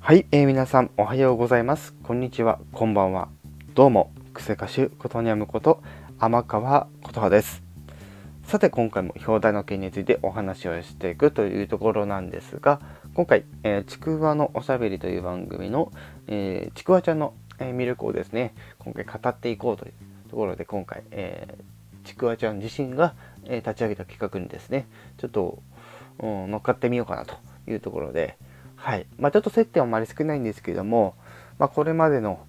はい、皆さんおはようございます。こんにちは、こんばんは。どうも、クセ歌手ことにゃむこと天川琴葉です。さて、今回も表題の件についてお話をしていくというところなんですが、今回、ちくわのおしゃべりという番組の、ちくわちゃんの、魅力をですね、今回語っていこうというところで、今回、ちくわちゃん自身が、立ち上げた企画にですね、ちょっと、乗っかってみようかなというところで、はい。ちょっと接点はあまり少ないんですけども、これまでの、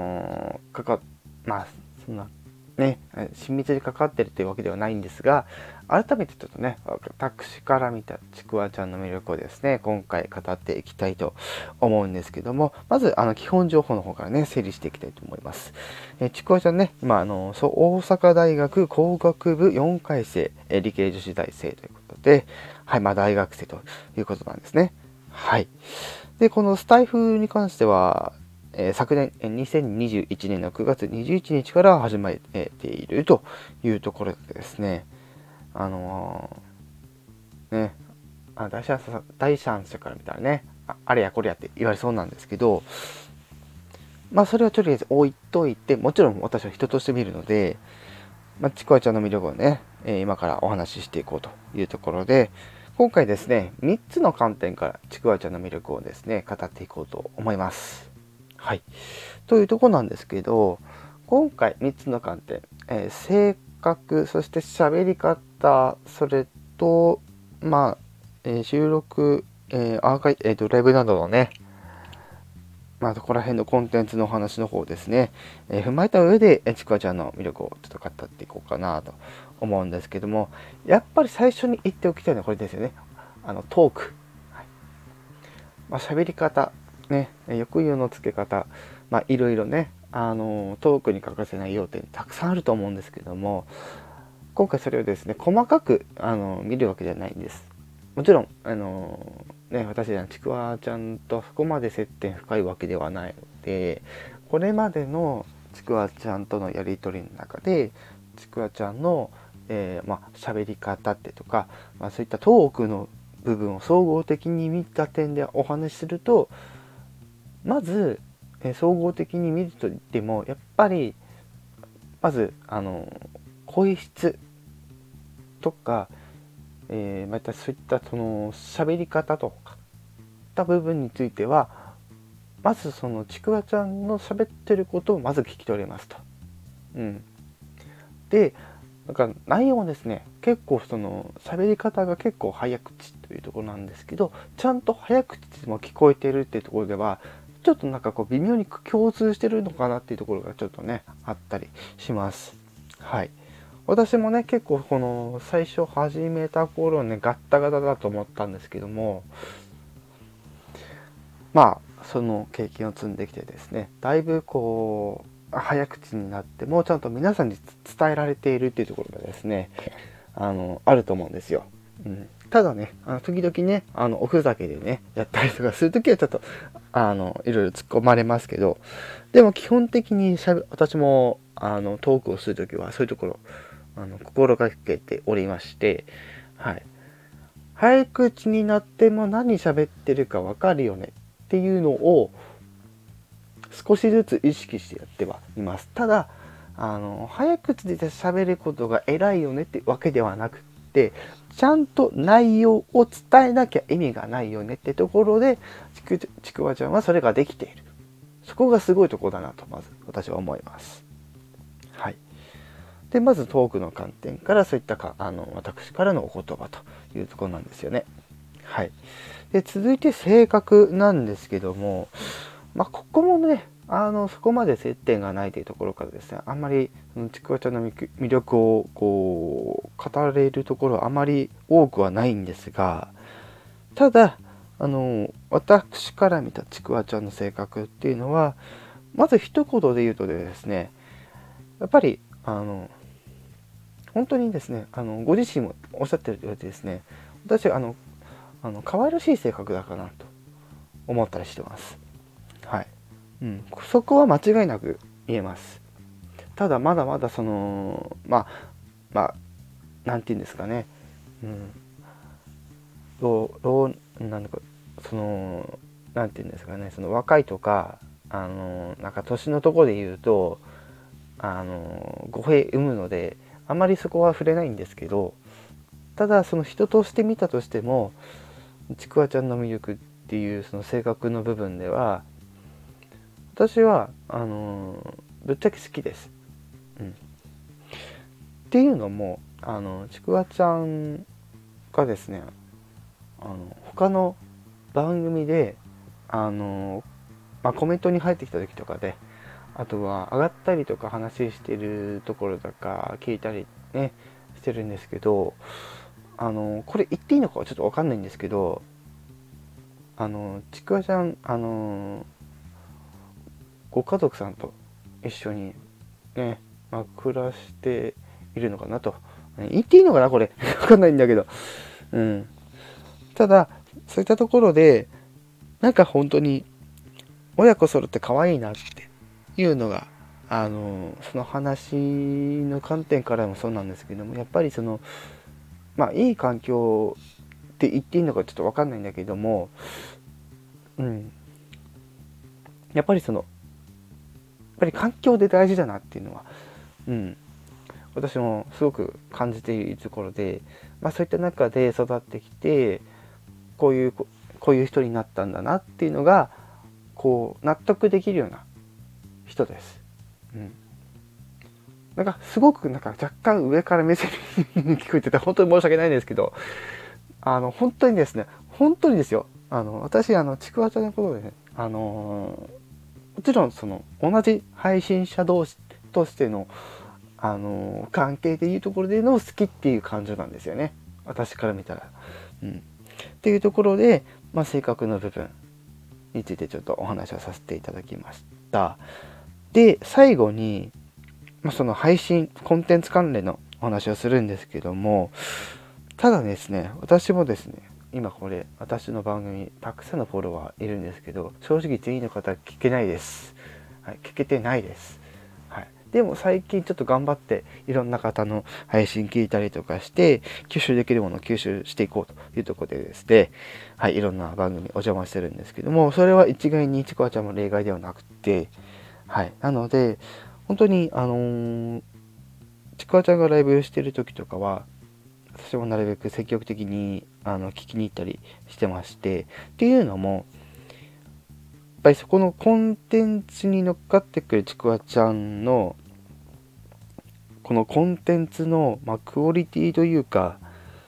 そんな、ね、親密に関わってるというわけではないんですが、改めてちょっとね、私から見たちくわちゃんの魅力をですね、今回語っていきたいと思うんですけども、まず、基本情報の方からね、整理していきたいと思います。ちくわちゃんね、今、大阪大学工学部4回生、理系女子大生ということで、はい、大学生ということなんですね。はい。で、このスタイフに関しては、昨年、2021年の9月21日から始めているというところでですね、ね、第三者から見たらね、あれやこれやって言われそうなんですけど、それはとりあえず置いといて、もちろん私は人として見るので、ちくわちゃんの魅力をね、今からお話ししていこうというところで、今回ですね、3つの観点からちくわちゃんの魅力をですね、語っていこうと思います。はい。というところなんですけど、今回3つの観点、性格、そして喋り方、それと、収録、アーカイ、ライブなどのね、そこら辺のコンテンツのお話の方ですね、踏まえた上で、ちくわちゃんの魅力をちょっと語っていこうかなと思うんですけども、やっぱり最初に言っておきたいのはこれですよね。トーク。はい。喋り方、ね、抑揚のつけ方、いろいろね、トークに欠かせない要点たくさんあると思うんですけども、今回それをですね、細かく、見るわけじゃないんです。もちろん、私はちくわちゃんとそこまで接点深いわけではないので、これまでのちくわちゃんとのやり取りの中で、ちくわちゃんの、喋り方ってとか、そういったトークの部分を総合的に見た点でお話しすると、まず、総合的に見ると言っても、やっぱり、まず、声質とか、またそういったその喋り方とかった部分については、まずそのちくわちゃんの喋ってることをまず聞き取れますと。うん。で、なんか内容もですね、結構その喋り方が結構早口というところなんですけど、ちゃんと早口でも聞こえてるっていうところでは、ちょっとなんかこう微妙に共通してるのかなっていうところがちょっとね、あったりします。はい。私もね、結構この最初始めた頃ね、ガッタガタだと思ったんですけども、その経験を積んできてですね、だいぶこう早口になってもちゃんと皆さんに伝えられているっていうところがですね、あると思うんですよ。ただね、時々ね、おふざけでね、やったりとかするときはちょっと、いろいろ突っ込まれますけど、でも基本的に私も、トークをするときはそういうところ、心がけておりまして、はい。早口になっても何喋ってるかわかるよねっていうのを少しずつ意識してやってはいます。ただ、早口で喋ることが偉いよねってわけではなくって、ちゃんと内容を伝えなきゃ意味がないよねってところで、ちくわちゃんはそれができている。そこがすごいところだなと、まず私は思います。はい。で、まずトークの観点から、そういった私からのお言葉というところなんですよね。はい。で、続いて性格なんですけども、ここもね、そこまで接点がないというところからですね、あんまり、ちくわちゃんの魅力を、こう、語れるところはあまり多くはないんですが、ただ、私から見たちくわちゃんの性格っていうのは、まず一言で言うとですね、やっぱり、本当にですね、ご自身もおっしゃってるようにですね、私、可愛らしい性格だかなと思ったりしてます。はい。そこは間違いなく言えます。ただまだまだそのなんて言うんですかね、うん、なんだかそのなんていうんですかね、その若いとかなんか年のところで言うと語弊生むのであまりそこは触れないんですけど、ただその人として見たとしてもちくわちゃんの魅力っていうその性格の部分では私はぶっちゃけ好きです。っていうのもちくわちゃんがですね他の番組でコメントに入ってきた時とかで、あとは上がったりとか話してるところとか聞いたりねしてるんですけど、これ言っていいのかはちょっと分かんないんですけど、ちくわちゃんご家族さんと一緒にね、暮らしているのかなと。言っていいのかなこれ分かんないんだけど、ただそういったところでなんか本当に親子揃って可愛いなっていうのがその話の観点からもそうなんですけども、やっぱりそのいい環境って言っていいのかちょっと分かんないんだけども、やっぱりそのやっぱり環境で大事だなっていうのは、私もすごく感じているところで、そういった中で育ってきてこういう人になったんだなっていうのがこう納得できるような人です。なんかすごくなんか若干上から目線に聞こえてて本当に申し訳ないんですけど、本当にですね、本当にですよ、私ちくわちゃんのことでね、もちろんその同じ配信者同士としての関係でいうところでの好きっていう感情なんですよね、私から見たら。っていうところで、性格の部分についてちょっとお話をさせていただきました。で最後に、その配信コンテンツ関連のお話をするんですけども、ただですね、私もですね今これ私の番組たくさんのフォロワーいるんですけど、正直全員の方聞けないです。聞けてないです。でも最近ちょっと頑張っていろんな方の配信聞いたりとかして吸収できるものを吸収していこうというところでですね、いろんな番組お邪魔してるんですけども、それは一概にちくわちゃんも例外ではなくて、なので本当にちくわちゃんがライブしてる時とかは私もなるべく積極的に聞きに行ったりしてまして、っていうのもやっぱりそこのコンテンツに乗っかってくるちくわちゃんのこのコンテンツの、クオリティというか、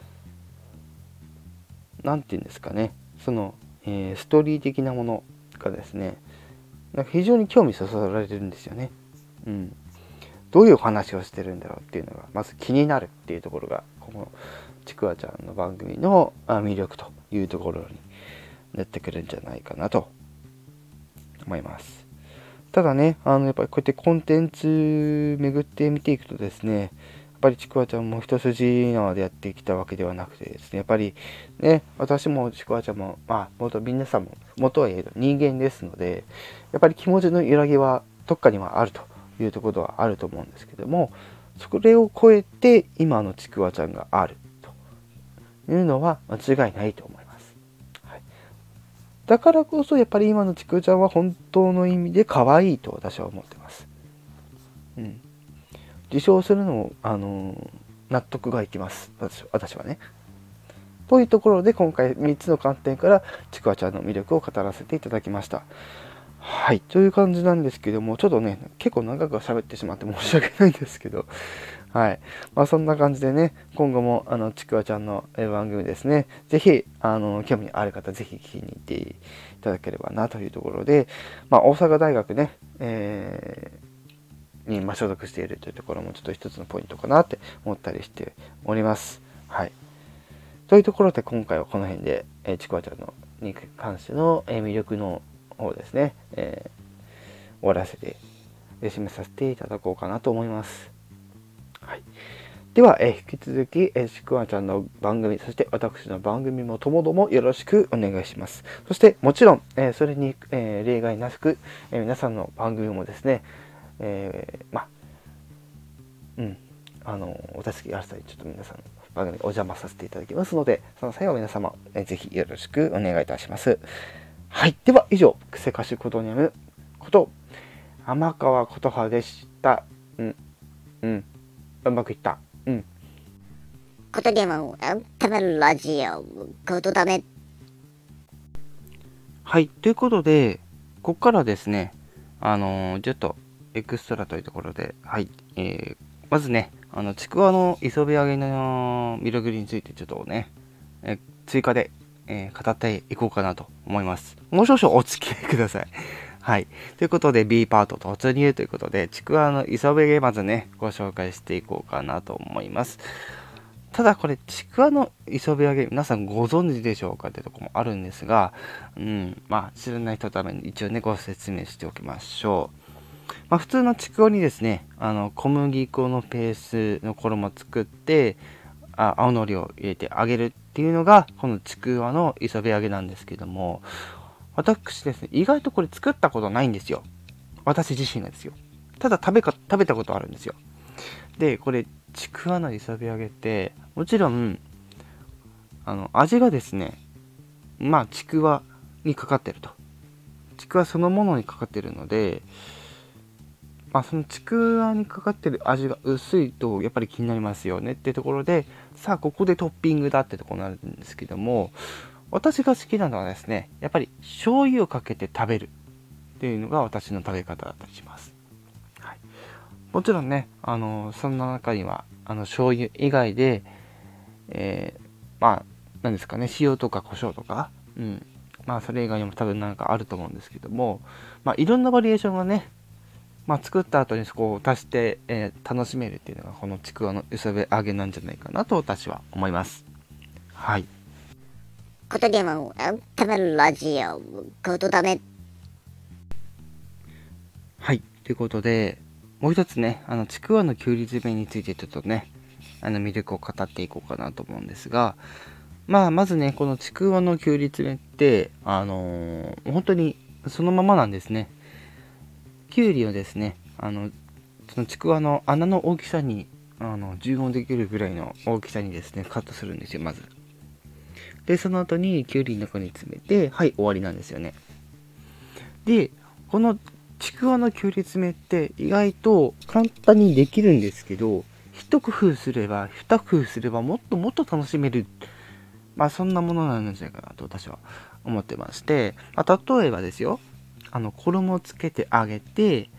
なんていうんですかね、その、ストーリー的なものがですね、なんか非常に興味そそられるんですよね。どういう話をしてるんだろうっていうのがまず気になるっていうところがこのちくわちゃんの番組の魅力というところになってくるんじゃないかなと思います。ただね、やっぱりこうやってコンテンツ巡って見ていくとですね、やっぱりちくわちゃんも一筋縄でやってきたわけではなくてですね、やっぱりね、私もちくわちゃんも、元皆さんも元は言えど人間ですので、やっぱり気持ちの揺らぎはどっかにはあるというところはあると思うんですけども、それを超えて今のちくわちゃんがあるというのは間違いないと思います。だからこそやっぱり今のちくわちゃんは本当の意味で可愛いと私は思ってます。自称するのも納得がいきます、私はね。というところで今回3つの観点からちくわちゃんの魅力を語らせていただきました。という感じなんですけども、ちょっとね結構長く喋ってしまって申し訳ないんですけど、そんな感じでね、今後もちくわちゃんの番組ですね、ぜひ興味ある方ぜひ聞きに行っていただければなというところで、大阪大学ね、に所属しているというところもちょっと一つのポイントかなって思ったりしております。というところで今回はこの辺でちくわちゃんのに関しての魅力の方ですね、終わらせて締めさせていただこうかなと思います。では、引き続きちくわちゃんの番組、そして私の番組もともどもよろしくお願いします。そしてもちろん、それに、例外なく、皆さんの番組もですね、お助けあらせたりちょっと皆さんの番組にお邪魔させていただきますので、その際は皆様、ぜひよろしくお願いいたします。 はい。では、以上、クセ歌手ことにゃむこと、天川琴葉でした。うまくいった。 ことでも、たまるラジオ、ことだめ。 はい。ということで、ここからですね、ちょっとエクストラというところで、はい。まずね、ちくわの磯辺揚げのミルグリについてちょっとね、追加で、語っていこうかなと思います。もう少々お付き合いください。はい。ということで B パート突入ということで、ちくわの磯辺揚げまずね、ご紹介していこうかなと思います。ただこれ、ちくわの磯辺揚げ、皆さんご存知でしょうかってところもあるんですが、知らない人のために一応ね、ご説明しておきましょう。普通のちくわにですね、小麦粉のペースの衣を作って、青のりを入れて揚げるっていうのが、このちくわの磯辺揚げなんですけども、私ですね、意外とこれ作ったことないんですよ。私自身がですよ。ただ食べたことあるんですよ。で、これ、ちくわの磯辺揚げって、もちろん、味がですね、ちくわにかかってると。ちくわそのものにかかってるので、そのちくわにかかってる味が薄いと、やっぱり気になりますよねってところで、さあ、ここでトッピングだってところになるんですけども、私が好きなのはですね、やっぱり醤油をかけて食べるっていうのが私の食べ方だったりします。はい、もちろんね、そんな中には、醤油以外で、なんですかね、塩とか胡椒とか、それ以外にも多分なんかあると思うんですけども、いろんなバリエーションがね、作った後にそこを足して、楽しめるっていうのがこのちくわの磯辺揚げなんじゃないかなと私は思います。はい。 ことでも、たまるラジオ、ことだめ。 はい。ということで、もう一つね、ちくわのきゅうり詰めについてちょっとね、魅力を語っていこうかなと思うんですが、まずね、このちくわのきゅうり詰めって、本当にそのままなんですね。きゅうりをですね、そのちくわの穴の大きさに、重合できるぐらいの大きさにですね、カットするんですよ、まず。で、その後にきゅうりの中に詰めて、はい、終わりなんですよね。で、このちくわのきゅうり詰めって意外と簡単にできるんですけど、一工夫すれば、二工夫すればもっともっと楽しめる。そんなものなんじゃないかなと私は思ってまして、例えばですよ、衣をつけてあげて、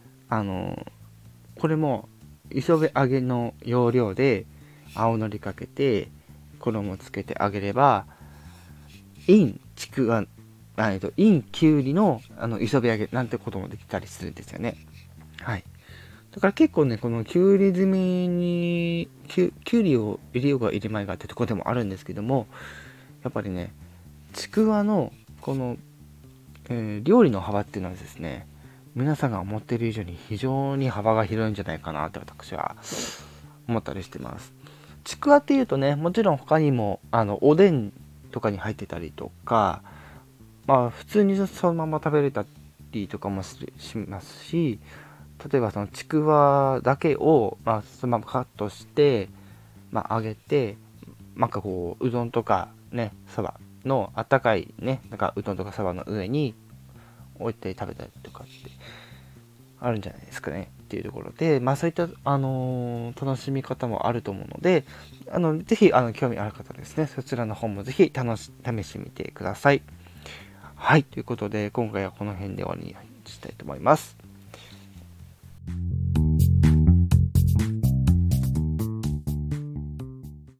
これも磯辺揚げの要領で青のりかけて衣をつけてあげれば、インちくわ、インきゅうりの磯辺揚げなんてこともできたりするんですよね。はい。だから結構ね、このきゅうり詰めにきゅうりを入れようが入れまいがってとこでもあるんですけども、やっぱりね、ちくわのこの、料理の幅っていうのはですね、皆さんが思っている以上に非常に幅が広いんじゃないかなって私は思ったりしてます。ちくわっていうとね、もちろん他にもおでんとかに入ってたりとか、普通にそのまま食べれたりとかもしますし、例えばそのちくわだけを、そのままカットして、揚げて、うどんとかね、そばのあったかいね、うどんとかそばの上に置いて食べたりとかってあるんじゃないですかねっていうところで、そういった、楽しみ方もあると思うので、ぜひ、興味ある方ですね、そちらの方もぜひ試してみてください。はい、ということで、今回はこの辺で終わりにしたいと思います。